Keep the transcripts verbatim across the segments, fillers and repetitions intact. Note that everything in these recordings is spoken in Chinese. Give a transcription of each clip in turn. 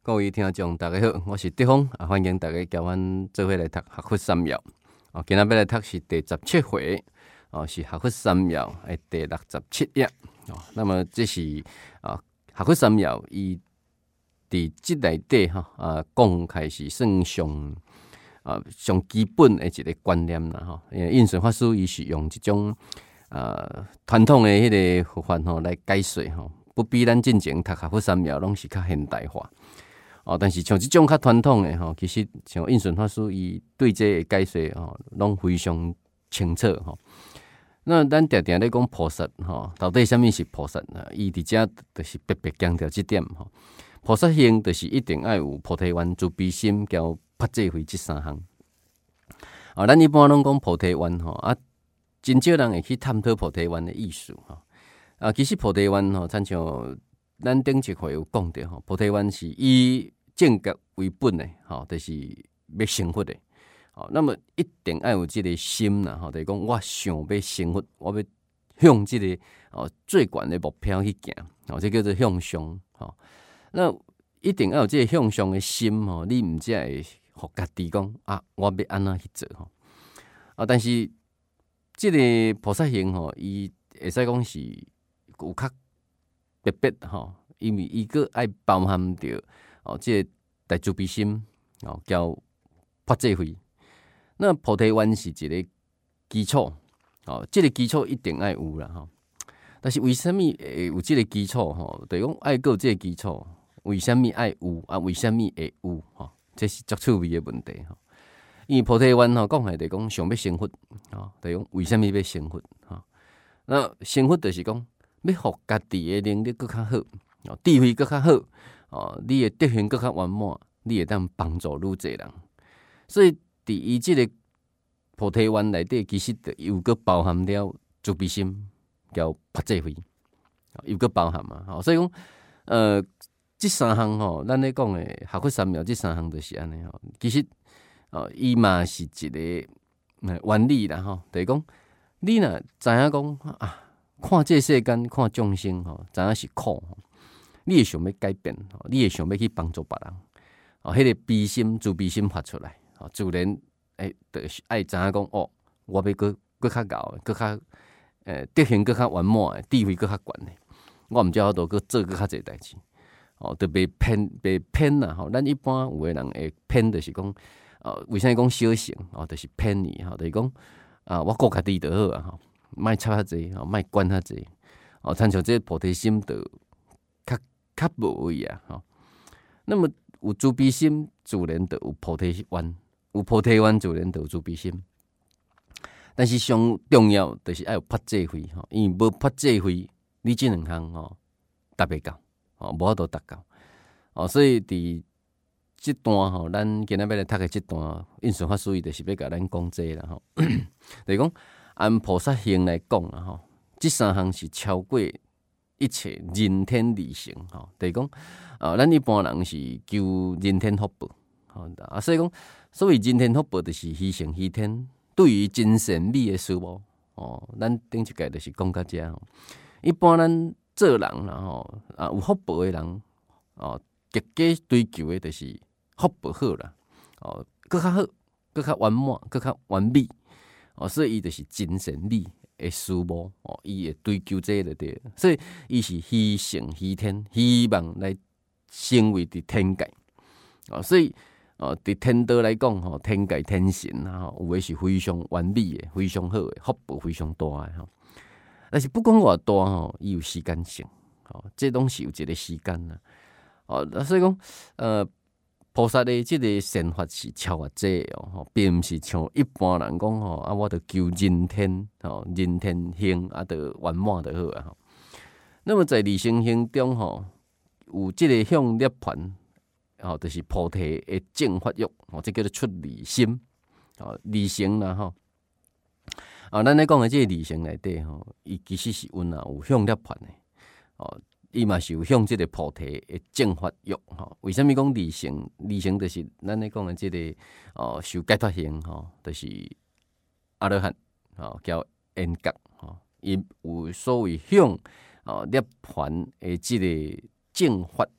各位听众，大家好，我是德峰，啊，欢迎大家交阮做伙来读学佛三要。哦，今仔要来读是第十七回，哦，是学佛三要诶第六十七页。哦，那么这是啊学佛三要伊伫即内底哈啊讲开是算上啊上基本诶一个观念啦吼。因为印顺法师伊是用一种啊传统诶迄个佛法吼来解说吼，不比咱进前读学佛三要拢是较现代化。哦，但是像即种较传统诶吼，其实像印顺法师伊对这个解说吼，拢非常清楚吼。那咱常常咧讲菩萨吼，到底什么是菩萨呢？伊伫遮就是特别强调即点吼。菩萨行就是一定要有菩提愿、慈悲心、交发智慧即三项。啊，咱一般拢讲菩提愿吼，啊，真少人会去探讨菩提愿的意思吼。啊，其实菩提愿吼，亲像咱顶一回有讲到吼，菩提愿是以正觉为本的，吼，就是要成佛的。哦，那么一定要有这个心啦，吼，就是讲我想要成佛，我要向这个哦最悬的目标去行，哦，这叫做向上，吼。那一定要有这个向上的心，吼，你毋才会互家己讲啊，我要安怎去做，吼。啊，但是这个菩萨行，吼，伊会使讲是有较特别，吼，因为伊个爱包含着哦，这个大慈悲心，哦，叫发智慧。那菩提愿是一个基础，哦，这个基础一定要有啦，吼。但是为什么会有这个基础？吼，就是讲爱有这个基础，为什么爱有啊？为什么会有？吼，这是足趣味的问题，吼。因为菩提愿吼，讲起就是讲想要成佛，吼，就是讲为什么要成佛？吼，那成佛就是讲要互家己的能力更较好，哦，智慧更较好，哦，你的德行更较圆满，你会当帮助愈侪人，所以。伫伊即个菩提愿内底，其实又个包含了慈悲心，叫发智慧，又个包含嘛。吼，所以讲，呃，即三项吼，咱咧讲诶，学佛三要，即三项就是安尼吼。其实，哦，伊嘛是一个原理啦吼，就是讲，你若知影讲啊，看这世间，看众生吼，知影是苦，你会想要改变，你会想要去帮助别人，哦，迄个悲心、慈悲心发出来。自然，诶，就是爱知影讲哦，我要搁搁较高，搁较诶德行搁较圆满，智慧搁较悬诶，我毋只好多搁做搁较侪代志，哦，就袂偏袂偏啦吼。咱一般有诶人会偏，就是讲，哦，为啥讲小乘哦，就是偏你吼，就是讲啊，我顾家己就好啊吼，莫插较济，吼，莫管较济，哦，参像这菩提心就较较无位啊吼。那么有慈悲心，自然就有菩提愿。有菩提愿自然就有慈悲心，但是上重要就是要有发智慧吼，因为无发智慧，你这两项吼达袂到，吼无法度达到，哦，所以伫这段吼，咱今仔要来读的这段，印顺法师伊就是要甲咱讲这啦吼，就是讲按菩萨行来讲啦吼，这三项是超过一切人天理性吼，就是讲啊，咱一般人是求人天福报，吼啊，所以讲。所谓人天福报，就是虚成虚天，对于真善美的事物，哦，咱顶一届就是讲到这吼。一般咱做人啦吼，啊有福报的人，哦，极计追求的就是福报好啦，哦，更较好，更较圆满，更较完美，哦，所以伊就是真善美的事物，哦，伊会追求这个对，所以伊是虚成虚天，希望来成为伫天界，哦，所以。哦，伫天道来讲吼，天界天神啊，吼，有诶是非常完美诶，非常好诶，福报非常大诶吼。但是不管偌大吼，伊有时间性，吼，这拢是有一个时间啦。哦，所以讲，呃，菩萨诶，即个善法是超越这哦，吼，并毋是像一般人讲吼，啊，我着求人天，吼，人天行啊，着圆满就好啊，吼。那么在理性行中吼，有即个向涅槃。哦，就是菩提的正法欲，哦，这叫做出离心，哦，离性啦吼。啊，咱咧讲的这个离性内底吼，伊其实是有呐有向涅槃的，哦，伊嘛是有向这个菩提的正法欲，吼。为什么讲离性？离性就是咱咧讲的这个哦，受解脱行，吼，就是阿罗汉，哦，叫缘觉，吼，伊有所谓向哦涅槃的这个正法欲。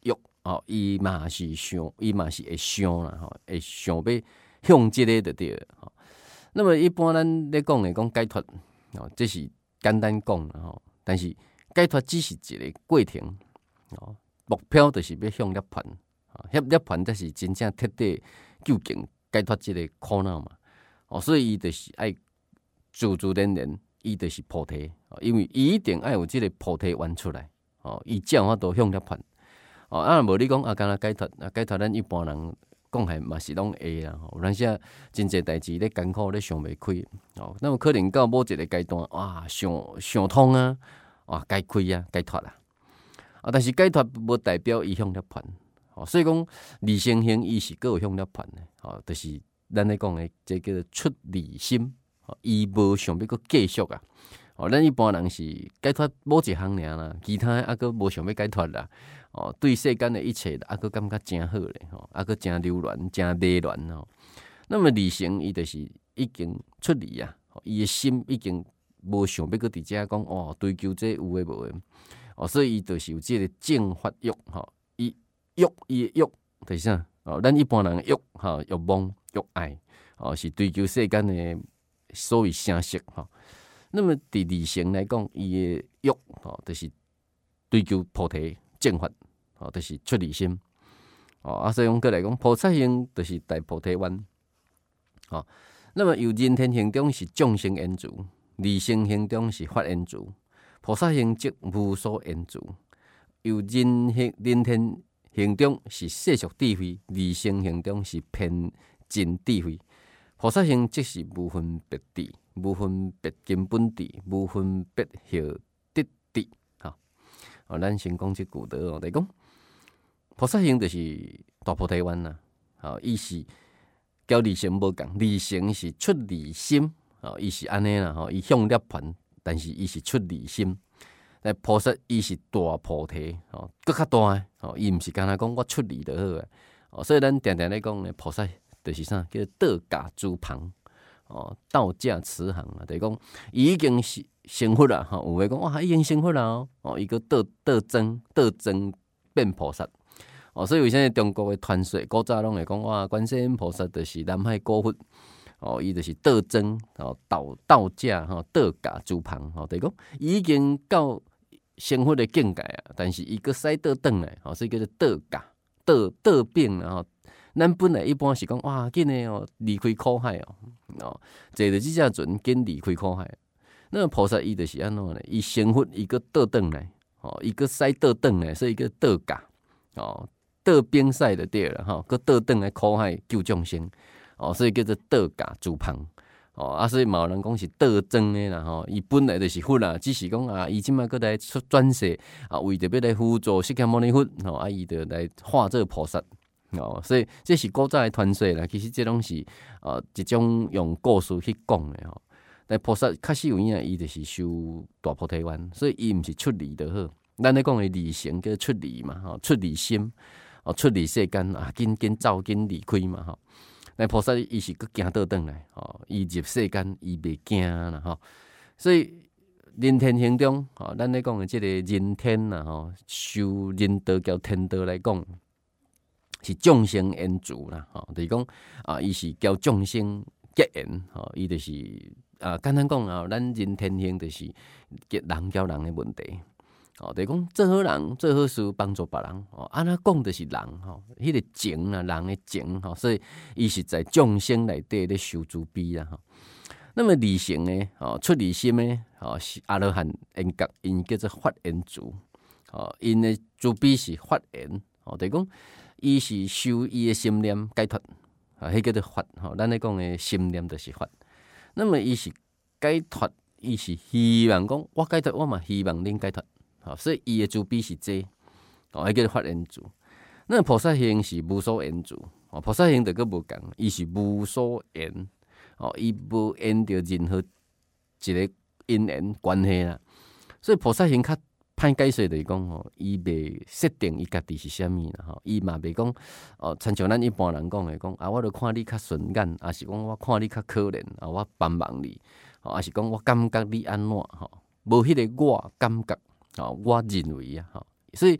哦，伊嘛是想，伊嘛是会想啦，吼，会想要向即个就对了，吼。那么一般咱咧讲诶，讲解脱，哦，这是简单讲啦，吼。但是解脱只是一个过程，哦，目标就是要向涅槃，啊，向涅槃才是真正彻底究竟解脱即个苦恼嘛，哦，所以伊就是爱自自然然，伊就是菩提，因为伊一定爱有即个菩提缘出来，哦，伊才有法度向涅槃，哦，啊，无你讲啊，干那解脱，啊，解脱咱一般人讲系嘛是拢会啦，有当时啊，真侪代志咧艰苦咧想袂开，哦，那么可能到某一个阶段，哇，想想通啊，哇，解开啊，解脱啦，啊，但是解脱无代表伊向涅槃，哦，所以讲离生行伊是各有向涅槃的，哦，就是咱咧讲的这叫做出离心，哦，伊无想要搁继续啊，哦，咱一般人是解脱某一项尔啦，其他啊搁无想要解脱啦。哦，对世间的一切，啊，佫感觉真好咧，吼，啊，佫真流乱，真迷乱吼。那么离成，伊就是已经出离啊，伊的心已经无想要佫伫遮讲哦，追求这有诶无诶，哦，所以伊就是有即个正法欲，吼，伊欲伊诶欲，就是啥？哦，咱一般人欲，吼，欲望、欲爱，哦，是追求世间的所谓声色，吼。那么伫离成来讲，伊诶欲，吼，就是追求菩提正法。哦，就是出离心，哦，啊，所以讲过来讲，菩萨行就是大菩提湾，哦，那么由人天行中是众生缘足，离生行中是法缘足，菩萨行即无所缘足，由人行人天行中是世俗智慧，离生行中是偏真智慧，菩萨行即是无分别智，无分别根本智，无分别晓得智，哈，哦，咱先讲即句的哦，来讲。菩萨行就是大菩提湾呐，好，伊是交离成无共，离成是出离心，哦，伊是安尼啦，吼，伊向涅槃，但是伊是出离心。但菩萨伊是大菩提，哦，搁较大诶，哦，伊毋是干那讲我出离就好诶，哦，所以咱常常咧讲咧，菩萨就是啥，叫道驾诸旁，哦，道驾慈航啊，就是讲伊已经是成佛啦，吼，有诶讲哇，已经成佛啦，哦，伊个道道增道增变菩萨。哦，所以为啥中国的传说，古早拢会讲哇，观世音菩萨就是南海古佛，哦，伊就是道真，哦，道道驾，吼，道驾诸旁，吼，就是讲已经到成佛的境界啊，但是伊个使倒转来，吼，所以叫做道驾，道道变啊，吼，咱本来一般是讲哇，紧诶哦，离开苦海哦，哦，坐着即只船紧离开苦海，那么菩萨伊就是安怎呢？伊成佛伊个倒转来，哦，伊个使倒转来，所以叫道驾，哦。倒边赛就对了吼，佮倒转来苦海救众生，哦，所以叫做道驾诸旁，哦，啊，所以嘛有人讲是道真诶啦吼，伊本来就是佛啦，只是讲啊，伊即摆佮来出转世啊，为着要来辅助释迦牟尼佛，吼，啊，伊就来化做菩萨，哦，所以这是古早诶传说啦，其实这拢是啊一种用故事去讲诶吼，但菩萨确实有影，伊就是修大菩提湾，所以伊毋是出离就好，咱咧讲诶离成叫出离嘛，吼，出离心。哦，出离世间啊，紧紧走，紧离开嘛吼。那菩萨伊是佮行倒转来，吼，伊入世间伊袂惊啦吼。所以人天行中，吼，咱咧讲的即个人天啦吼，修人道交天道来讲，是众生缘足啦，吼，就是讲啊，伊是交众生结缘，吼，伊就是啊，简单讲啊，咱人天行就是结人交人的问题。哦，就是讲做好人、做好事，帮助别人。哦，安那讲就是人吼，迄、那个情啊，人的情吼，所以伊是在众生内底咧修慈悲啦吼。那么离成呢，哦，出离心呢，哦是阿罗汉缘觉，因叫做法缘足。哦，因的慈悲是法缘。哦，就是讲伊是修伊的心念解脱，啊，迄叫做法。吼，咱咧讲的心念就是法。那么伊是解脱，伊是希望讲我解脱，我嘛希望恁解脱。好，所以伊的慈悲是这，哦，迄叫做法缘足。那菩萨行是无所缘足，哦，菩萨行就佫无共，伊是无所缘，哦，伊无缘着任何一个因缘关系啦。所以菩萨行较歹解释就是讲，吼，伊袂设定伊家己是啥物啦，吼，伊嘛袂讲，哦，亲像咱一般人讲的，讲啊，我著看你较顺眼，啊是讲我看你较可怜，啊，我帮忙你，哦，啊是讲我感觉你安怎，吼，无迄个我感觉。哦，我认为啊，吼，所以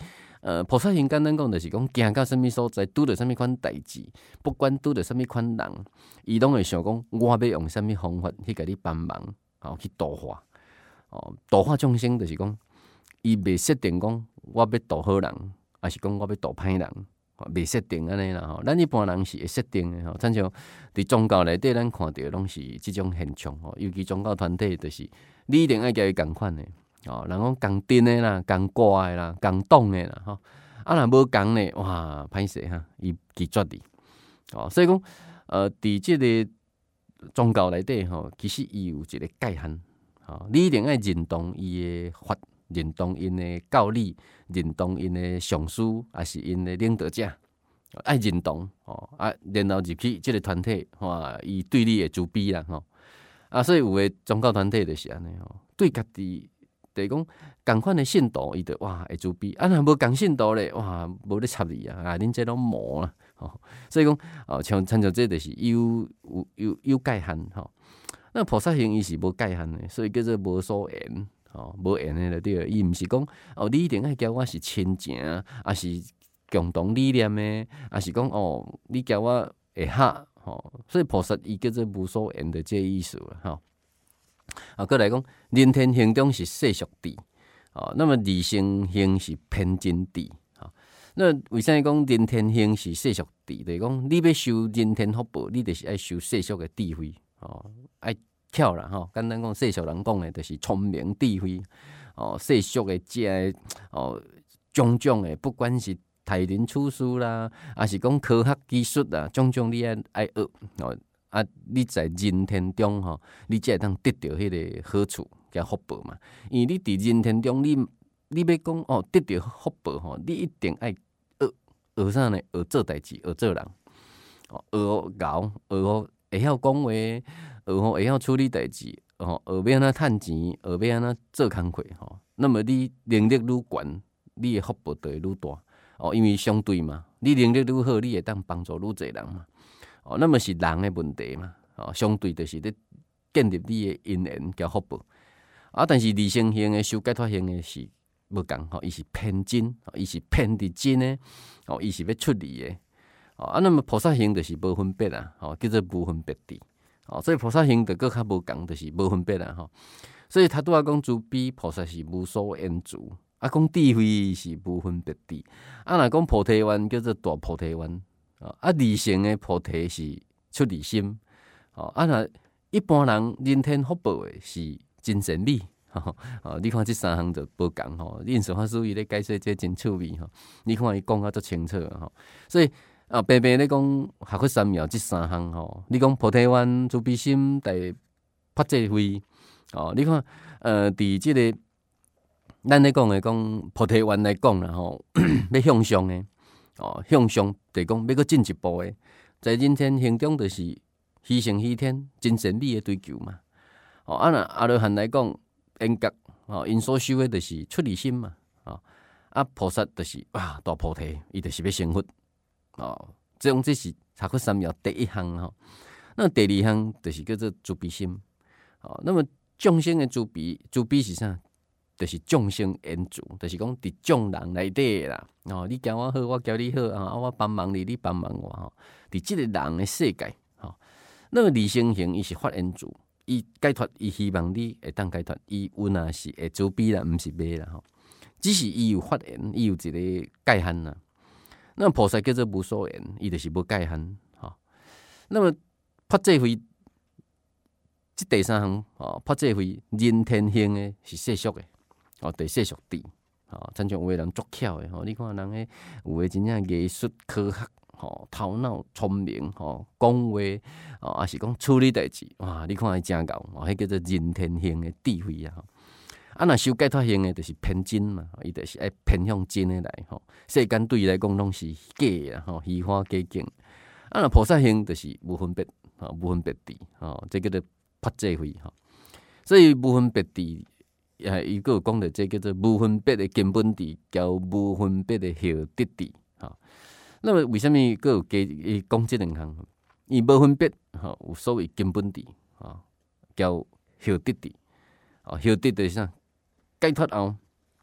呃，菩萨行简单讲就是讲，行到什么所在，拄着什么款代志，不管拄着什么款人，伊拢会想讲，我要用什么方法去甲你帮忙，哦，去度化，哦，度化众生就是讲，伊袂设定讲，我要度好人，还是讲我要度歹人，袂设定安尼啦吼。咱一般人是会设定的吼，亲像伫宗教内底，咱看到拢是即种现象吼，尤其宗教团体就是你一定爱甲伊共款的。哦，人讲共阵的啦，共挂的啦，共党的啦，吼，啊，若无共呢，哇，歹势哈，伊拒绝你，哦，所以讲，呃，伫即个宗教内底吼，其实伊有一个界限，吼，你一定爱认同伊的法，认同因的教理，认同因的上师，还是因的领导者，爱认同，哦，啊，然后入去即个团体，哇，伊对你的慈悲啦，吼，啊，所以有诶宗教团体就是安尼吼，对家己。就是讲，共款的信徒，伊就哇会自卑，啊，若无共信徒咧，哇，无咧插你啊，啊，恁这拢魔啦，吼，所以讲，哦，像参照这就是有有有有界限，吼。那菩萨行伊是无界限的，所以叫做无所缘，吼，无缘的就对，伊毋是讲，哦，你一定爱交我是亲情，啊是共同理念的，啊是讲，哦，你交我会合，吼，所以菩萨伊叫做无所缘的这意思啦，吼。啊，过来讲，人天行中是世俗谛，哦，那么理性行是偏真谛，哦，那为啥讲人天行是世俗谛？就是讲你要修人天福报，你就是爱修世俗的智慧，哦，爱巧啦，吼，简单讲，世俗人讲的，就是聪明智慧，哦，世俗的这哦种种的，不管是待人处事啦，还是讲科学技术啦，种种你爱爱学，哦。啊！你在人天中吼，你才会当得到迄个好处甲福报嘛。因为你伫人天中，你你要讲哦，得到福报吼，你一定爱学学啥呢？学做代志，学做人，哦，学熬，学会晓讲话，学会晓处理代志，哦，学要安怎趁钱，学要安怎做工课吼。那么你能力愈悬，你的福报就会愈大哦。因为相对嘛，你能力愈好，你会当帮助愈侪人嘛。哦，那么是人的问题嘛？哦，相对就是咧建立你的因缘甲福报啊。但是理性型的修解脱型的是无共吼，伊是偏真，伊是偏伫真的，哦，伊是要出离的。哦啊，那么菩萨行就是无分别啊，哦，叫做无分别谛。哦，所以菩萨行就搁较无共，就是无分别啊，吼。所以他拄仔讲慈悲菩萨是无所缘慈，啊，讲智慧是无分别谛。啊，若讲菩提愿叫做大菩提愿。啊，理性的菩提是出离心，哦，啊，那一般人人天福报的是真善美，吼，哦，你看这三项就无共吼。印顺法师伊咧解说这真趣味吼，你看伊讲啊足清楚吼，所以啊，平平咧讲学佛三藐这三项吼，你讲菩提愿、慈悲心、大发智慧，哦，你看呃，伫即个咱咧讲的讲菩提愿来讲啦吼，要向上的。哦，向上就是讲要搁进一步诶，在人天行中就是虚成虚天、真善美诶追求嘛。哦，啊那阿罗汉来讲，因格哦，因所修诶就是出离心嘛。哦，啊菩萨就是哇大菩提，伊就是要成佛。哦，这种这是查佛三藐第一项吼。那第二项就是叫做慈悲心。哦，那么众生诶慈悲，慈悲是啥？就是众生缘慈，就是讲伫众人内底啦。哦，你交我好，我交你好啊！我帮忙你，你帮忙我吼。伫即个人的世界，吼，那么理性型伊是发缘慈，伊解脱，伊希望你会当解脱，伊有若是会慈悲啦，毋是袂啦吼。只是伊有发缘，伊有一个界限啦。那么菩萨叫做无所缘，伊就是无界限吼。那么发智慧，即第三项哦，发智慧人天行的是世俗的。哦，第世俗谛，哦，亲像有诶人足巧诶，吼，你看人诶有诶真正艺术、科学，吼，头脑聪明，吼，讲话，哦，还是讲处理代志，哇，你看伊真够，哦，迄叫做人天行诶智慧啊，吼。啊，若修解脱行诶，就是偏真嘛，伊就是爱偏向真诶来，吼。世间对伊来讲拢是假诶，吼，虚华假境。啊，若菩萨行就是无分别，吼，无分别谛，吼，这叫做发智慧，吼。所以无分别谛。啊，伊个有讲到这叫做无分别的根本谛，交无分别的后得谛。哈，那么为什么个有加伊讲这两项？伊无分别，哈，有所谓根本谛，啊，交后得谛。啊，后得就是啥？解脱后，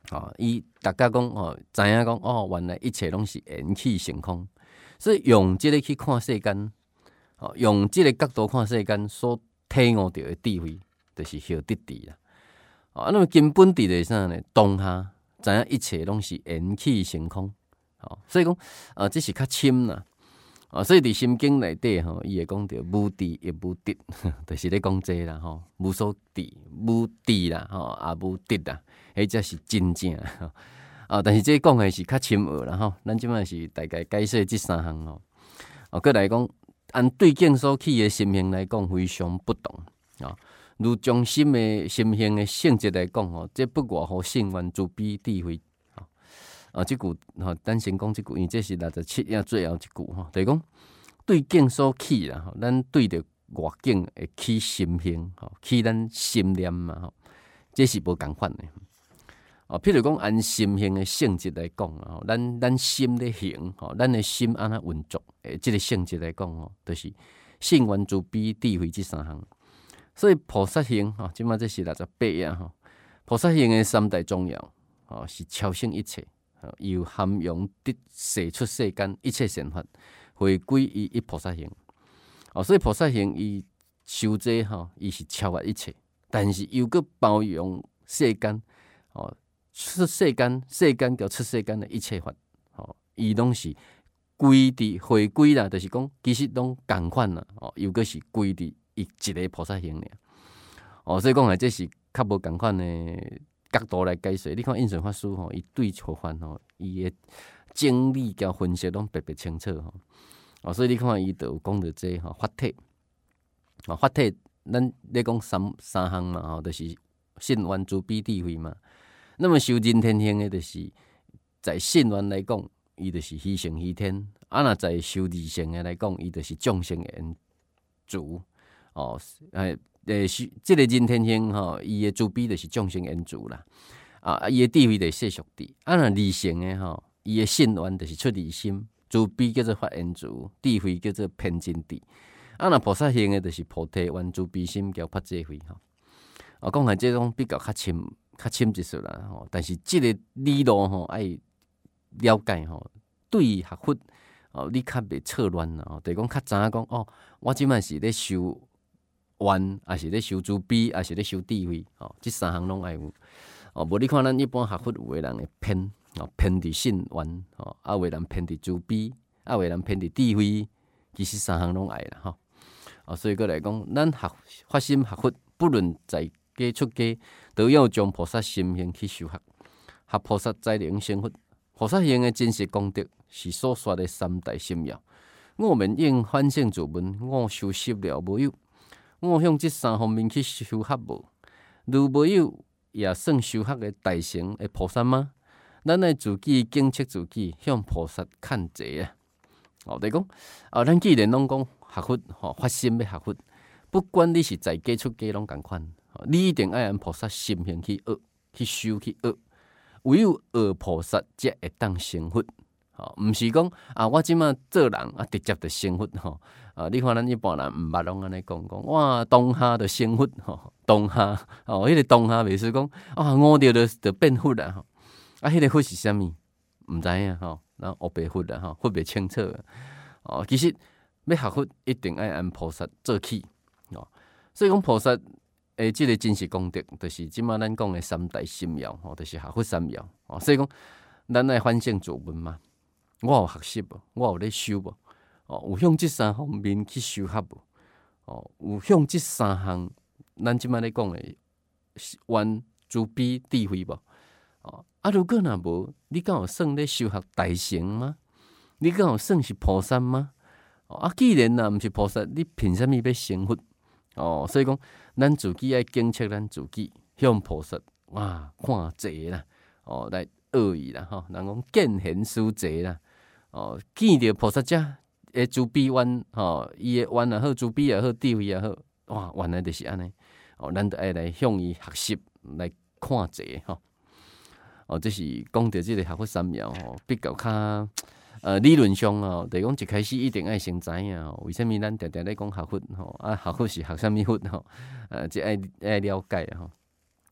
哦，伊大家讲哦，知影讲哦，原来一切拢是缘起成空，所以用即个去看世间，哦，用即个角度看世间，所体悟到的智慧，就是晓得智啦。哦，那么根本智是啥呢？当下知影一切拢是缘起成空，哦，所以讲啊，这是较深啦。啊，所以伫心经内底吼，伊会讲到无智亦无得，就是咧讲这啦吼，无所智、无智啦吼，也无得啦，迄才是真正啊。但是这讲的是较深奥啦吼，咱即摆是大概解说即三项吼。哦，过来讲，按对境所起的心性来讲，非常不同啊。如中心的心性的性质来讲吼，这不外乎性愿慈悲智慧。啊，即句吼，咱先讲即句，因为这是六十七页最后一句吼，就是讲对境所起啦，吼，咱对着外境会起心性，吼，起咱心念嘛，吼，这是无共款的。哦，譬如讲按心性的性质来讲啊，吼，咱咱心咧行，吼，咱的心安怎运作，诶，即个性质来讲吼，就是性愿慈悲智慧即三项。所以菩萨行，吼，即马这是六十八页吼，菩萨行的三大重要，吼，是超胜一切。又涵容得世出世间一切善法，回归于一菩萨行。哦，所以菩萨行伊修这吼，伊是超越一切，但是又搁包容世间哦，出世间世间叫出世间的一切法，哦，伊拢是归伫回归啦，就是讲其实拢共款啦，哦，又搁是归伫伊一个菩萨行尔。哦，所以讲啊，这是较无共款的角度来解说，你看印顺法师吼，伊对错法吼，伊的整理甲分析拢别别清楚吼。哦，所以你看伊就有讲到这吼法体，哦法体，咱咧讲三三项嘛吼，就是信愿慈悲智慧嘛。那么修人天行的，就是在信愿来讲，伊就是虚成虚天；啊，若在修二乘的来讲，伊就是众生的缘主。哦，诶。诶，是即个人天行吼，伊诶慈悲就是众生缘主啦，啊，伊诶智慧就是世俗智，啊，若二乘诶吼，伊诶信愿就是出离心，慈悲叫做发缘主，智慧叫做偏真智，啊，若菩萨行诶就是菩提愿慈悲心叫发智慧吼。啊，讲下即种比较较深较深一丝啦吼，但是即个理路吼爱了解吼，对学佛哦，你较袂错乱啦，就是讲较知影讲哦，我即摆是咧修愿，也是咧修慈悲，也是咧修智慧，哦，即三项拢爱有。哦，无你看咱一般学佛有诶人会偏，哦，偏伫信愿，哦，啊，有诶人偏伫慈悲，啊，有诶人偏伫智慧，其实三项拢爱啦，吼。哦，所以过来讲，咱学发心学佛，不论在家出家，都要将菩萨心性去修学，学菩萨才能成佛。菩萨行诶真实功德，是所说诶三大心要。我们应反省自问，我修习了无有？我向即三方面去修学无？如无有，也算修学的大成的菩萨吗？咱爱自己警惕自己，向菩萨看齐啊！哦，就是讲，啊，咱既然拢讲学佛，吼，发心要学佛，不管你是在家出家拢共款，你一定爱按菩萨心性去学、去修、去学。唯有学菩萨，才会当成佛。吼，毋是讲啊，我即马做人啊，直接就成佛吼。啊，你看咱一般人毋捌拢安尼讲讲，哇，当下就成佛吼，当下哦，迄个当下袂是讲啊，悟着就就变佛啦吼。啊，迄个佛是啥物？毋知影吼，然后学白佛啦吼，佛袂清楚哦。其实要学佛，一定爱按菩萨做起哦。所以讲菩萨诶，即个真实功德，就是即马咱讲诶三大心要吼，就是学佛三要哦。所以讲，咱爱反省自问嘛。我有学习无？我有咧修无？哦，有向即三方面去修学无？哦，有向即三项，咱即摆咧讲诶，愿慈悲智慧无？哦，啊，如果若无，你敢有算咧修学大成吗？你敢有算是菩萨吗？哦，啊，既然若毋是菩萨，你凭啥物要成佛？哦，所以讲，咱自己爱警惕咱自己，向菩萨哇看齐啦，哦，来学伊啦，吼，人讲见贤思齐啦。哦，见着菩萨者诶慈悲愿，吼，伊诶愿也好，慈悲也好，智慧也好，哇，原来就是安尼。哦，咱就爱来向伊学习，来看齐吼。哦，这是讲到即个学佛三要吼，比较较呃理论上哦，就讲一开始一定爱先知影吼，为虾米咱常常咧讲学佛吼，啊，学佛是学啥物佛吼？呃，即爱爱了解吼。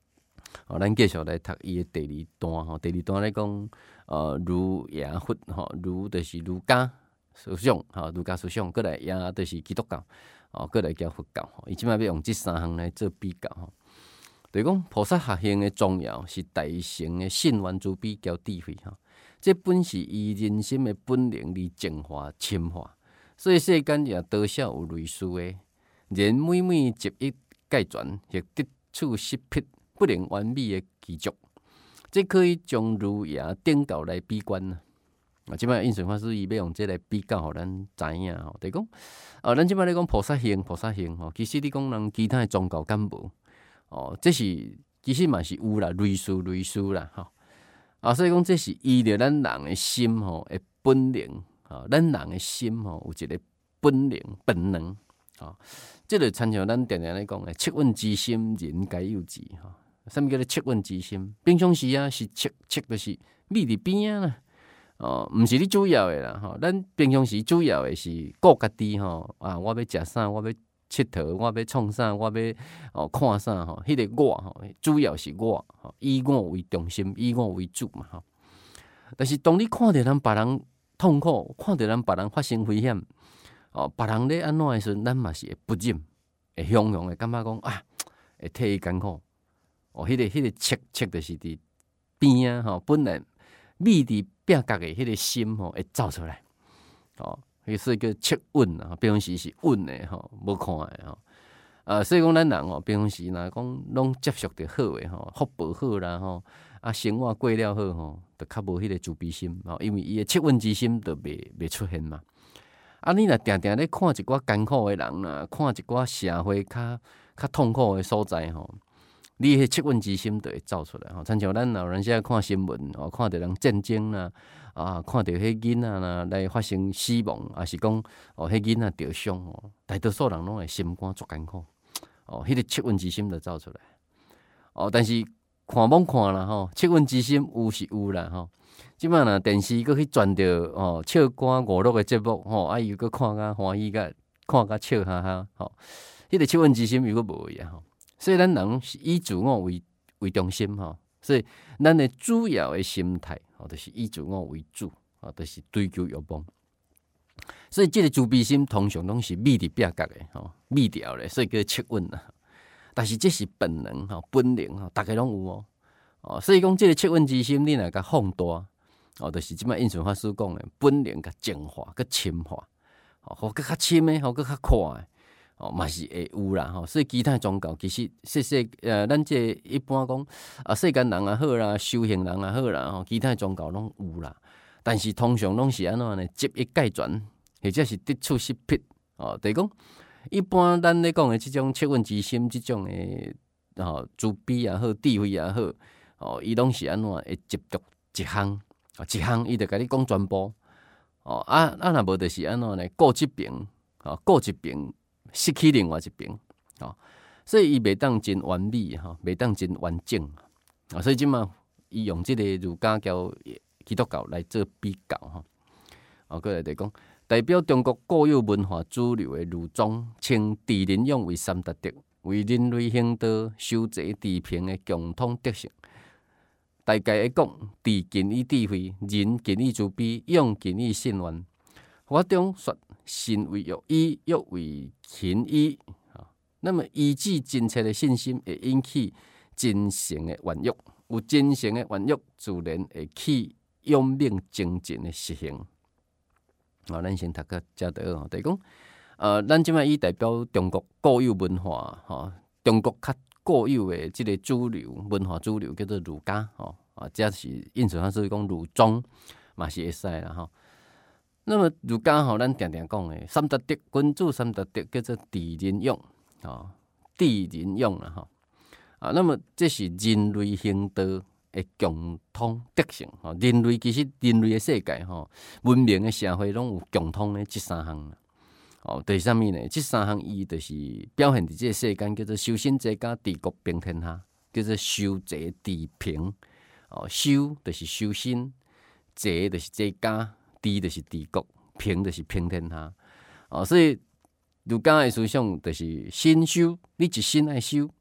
哦，咱继续来读伊的第二段吼，第二段咧讲，呃，儒雅佛吼，儒就是儒家思想，吼，儒家思想，过来雅就是基督教，哦，过来叫佛教，吼，伊即摆要用即三项来做比较吼。就是讲菩萨学行的重要是大乘的信愿慈悲交智慧吼，这本是伊人心的本能而净化深化，所以世间也多少有类似的，人每每一一介传，亦得处失撇，不能完美的基础，这可以将儒雅顶教来比观啊。啊，即摆印顺法师伊要用这来比较，互咱知影吼。就是讲，啊，咱即摆咧讲菩萨行，菩萨行吼，其实你讲人其他的宗教敢无？哦，这是其实嘛是有啦，类似类似啦，吼。啊，所以讲这是依着咱人的心吼的本能，啊，咱人的心吼有一个本能本能，啊，这就参像咱常常咧讲的恻隐之心，人皆有之，吼。啥物叫做恻隐之心？平常时啊是恻恻就是秘伫边啊啦，哦，毋是你主要的啦，吼。咱平常时主要的是顾家己吼，啊，我要食啥，我要佚佗，我要创啥，我要哦看啥吼，迄、那个我吼，主要是我吼，以我为中心，以我为主嘛吼。但是当你看到咱别人痛苦，看到咱别人发生危险，哦，别人咧安怎的时阵，咱嘛是会不忍，会汹涌的感觉讲啊，会替伊艰苦。哦，迄、那个迄、那个切切就是伫边啊吼，本来秘伫壁角的迄个心吼会走出来，哦，迄是叫切稳啊，平常时是稳的吼，无看的吼。啊，所以讲咱人吼，平常时若讲拢接受着好的吼，福报好啦吼，啊生活过了好吼，就较无迄个慈悲心吼，因为伊的切稳之心就袂袂出现嘛。啊，你若定定咧看一寡艰苦的人啦，看一寡社会较较痛苦的所在吼。你迄恻隐之心就会走出来吼，亲像咱老人现在看新闻哦，看到人战争啦，啊，看到迄囡仔啦来发生死亡，还是讲哦，迄囡仔受伤哦，大多数人拢会心肝足艰苦，哦，迄个恻隐之心就走出来，哦，但是看罔看啦吼，恻隐之心有是有啦吼，即摆若电视搁去转着哦唱歌娱乐的节目吼，啊伊搁看甲欢喜甲看甲笑哈哈吼，迄个恻隐之心又搁无呀吼。所以咱人是以自我为为中心吼，所以咱的主要的心态吼，就是以自我为主，啊，就是追求欲望。所以这个自卑心通常拢是秘伫壁角的吼，秘掉的，所以叫恻隐啦。但是这是本能吼，本能吼，大家拢有哦。哦，所以讲这个恻隐之心，你若甲放大，哦，就是即摆印顺法师讲的本能甲净化、甲深化，哦，或更较深的，或更较宽的。哦，嘛是会有啦吼，所以其他宗教其实说说呃，咱这一般讲啊，世间人也好啦，修行人也好啦，吼，其他宗教拢有啦。但是通常拢是安怎呢？集一概全，或者是得处失撇哦。就是讲，一般咱咧讲的即种恻隐之心，即种诶吼慈悲也好，智慧也好，哦，伊拢是安怎会集中一项，一项伊就甲你讲全部哦。啊啊，若无就是安怎呢？顾一边，哦，顾一边。失去另外一边，哦，所以伊袂当真完美哈，袂当真完整啊，所以即嘛，伊用即个儒家交基督教来做比较哈。啊，过来就讲，代表中国固有文化主流的儒宗，称智仁勇为三大德，为人类行道修济治平的共同德性。大概会讲，智近于智慧，仁近于慈悲，勇近于信愿。法中说，信为欲依，欲为勤依。那么依据真切的信心，会引起真诚的愿欲。有真诚的愿欲，自然会起勇猛精进的实行。啊，咱先读个遮倒哦，就是讲，呃，咱即摆以代表中国固有文化，吼，中国较固有的即个主流文化主流叫做儒家，吼，啊，这是印顺法师讲儒宗嘛是会使啦，吼。那么儒家吼，咱常常讲诶，三大德，君主三大德叫做智仁勇，吼，智仁勇啦，吼啊。那么这是人类行道诶共通德性，吼。人类其实人类诶世界，吼，文明诶社会拢有共通诶即三项，哦，就是啥物呢？即三项伊就是表现伫即个世间叫做修身齐家治国平天下，叫做修齐治平。哦，修就是修身，齐就是齐家。治就是治国，平就是平天下。哦，所以儒家的思想就是身修，你一身爱修，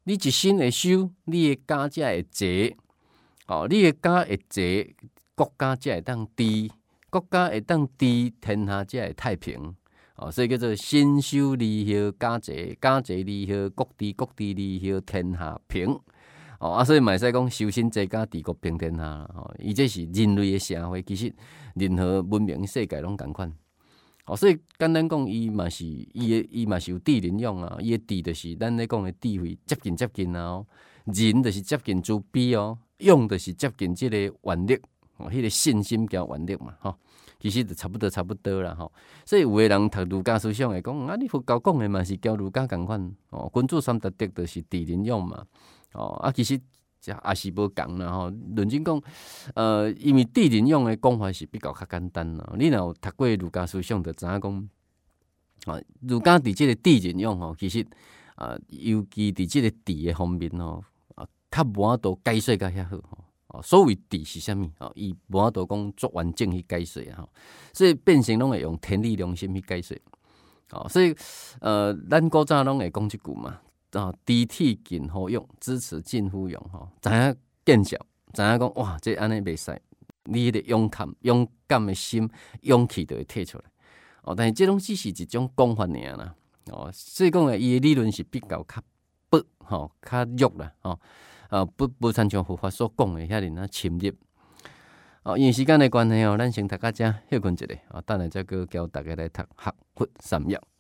你一身会修，你的家才会济。哦，你的家会济，国家才会当治，国家会当治，天下才会太平。哦，所以叫做身修利后家济，家济利后国治，国治利后天下平。哦啊，所以嘛会使讲修身齐家治国平天下。哦，伊这是人类的社会，其实任何文明世界拢共款。哦，所以简单讲，伊嘛是伊的伊嘛是有智能用啊，伊的智就是咱咧讲的智慧，接近接近啊、哦，人就是接近慈悲哦，用就是接近即个原力，哦，迄、那个信心加原力嘛，吼、哦，其实就差不多差不多啦，吼、哦。所以有的人读儒家思想会讲，啊，你佛教讲的嘛是教儒家共款，哦，君子三大德就是智能用嘛，哦，啊，其实。也是无共啦吼，论真讲，呃，因为智能用的讲法是比较较简单啦。你若有读过儒家思想，就知影讲，啊，儒家伫即个智能用吼，其实啊，尤其伫即个智的方面吼，啊，较无法度解说甲遐好吼。哦，所谓智是啥物？哦，伊无法度讲足完整去解说吼，所以变成拢会用天理良心去解说。哦，所以呃，咱古早拢会讲即句嘛。啊，知体近乎勇，知耻近乎勇吼，知影见效，知影讲哇，这安尼袂使，你迄个勇敢、勇敢的心、勇气就会摕出来。哦，但是这种只是一种讲法尔啦。哦，所以讲诶，伊的理论是比较较薄吼，较弱啦。哦，啊，不不参像佛法所讲的遐尔啊深入。哦，因为时间的关系哦，咱先读到这，休困一下。哦，等下再个教大家来读学佛三要。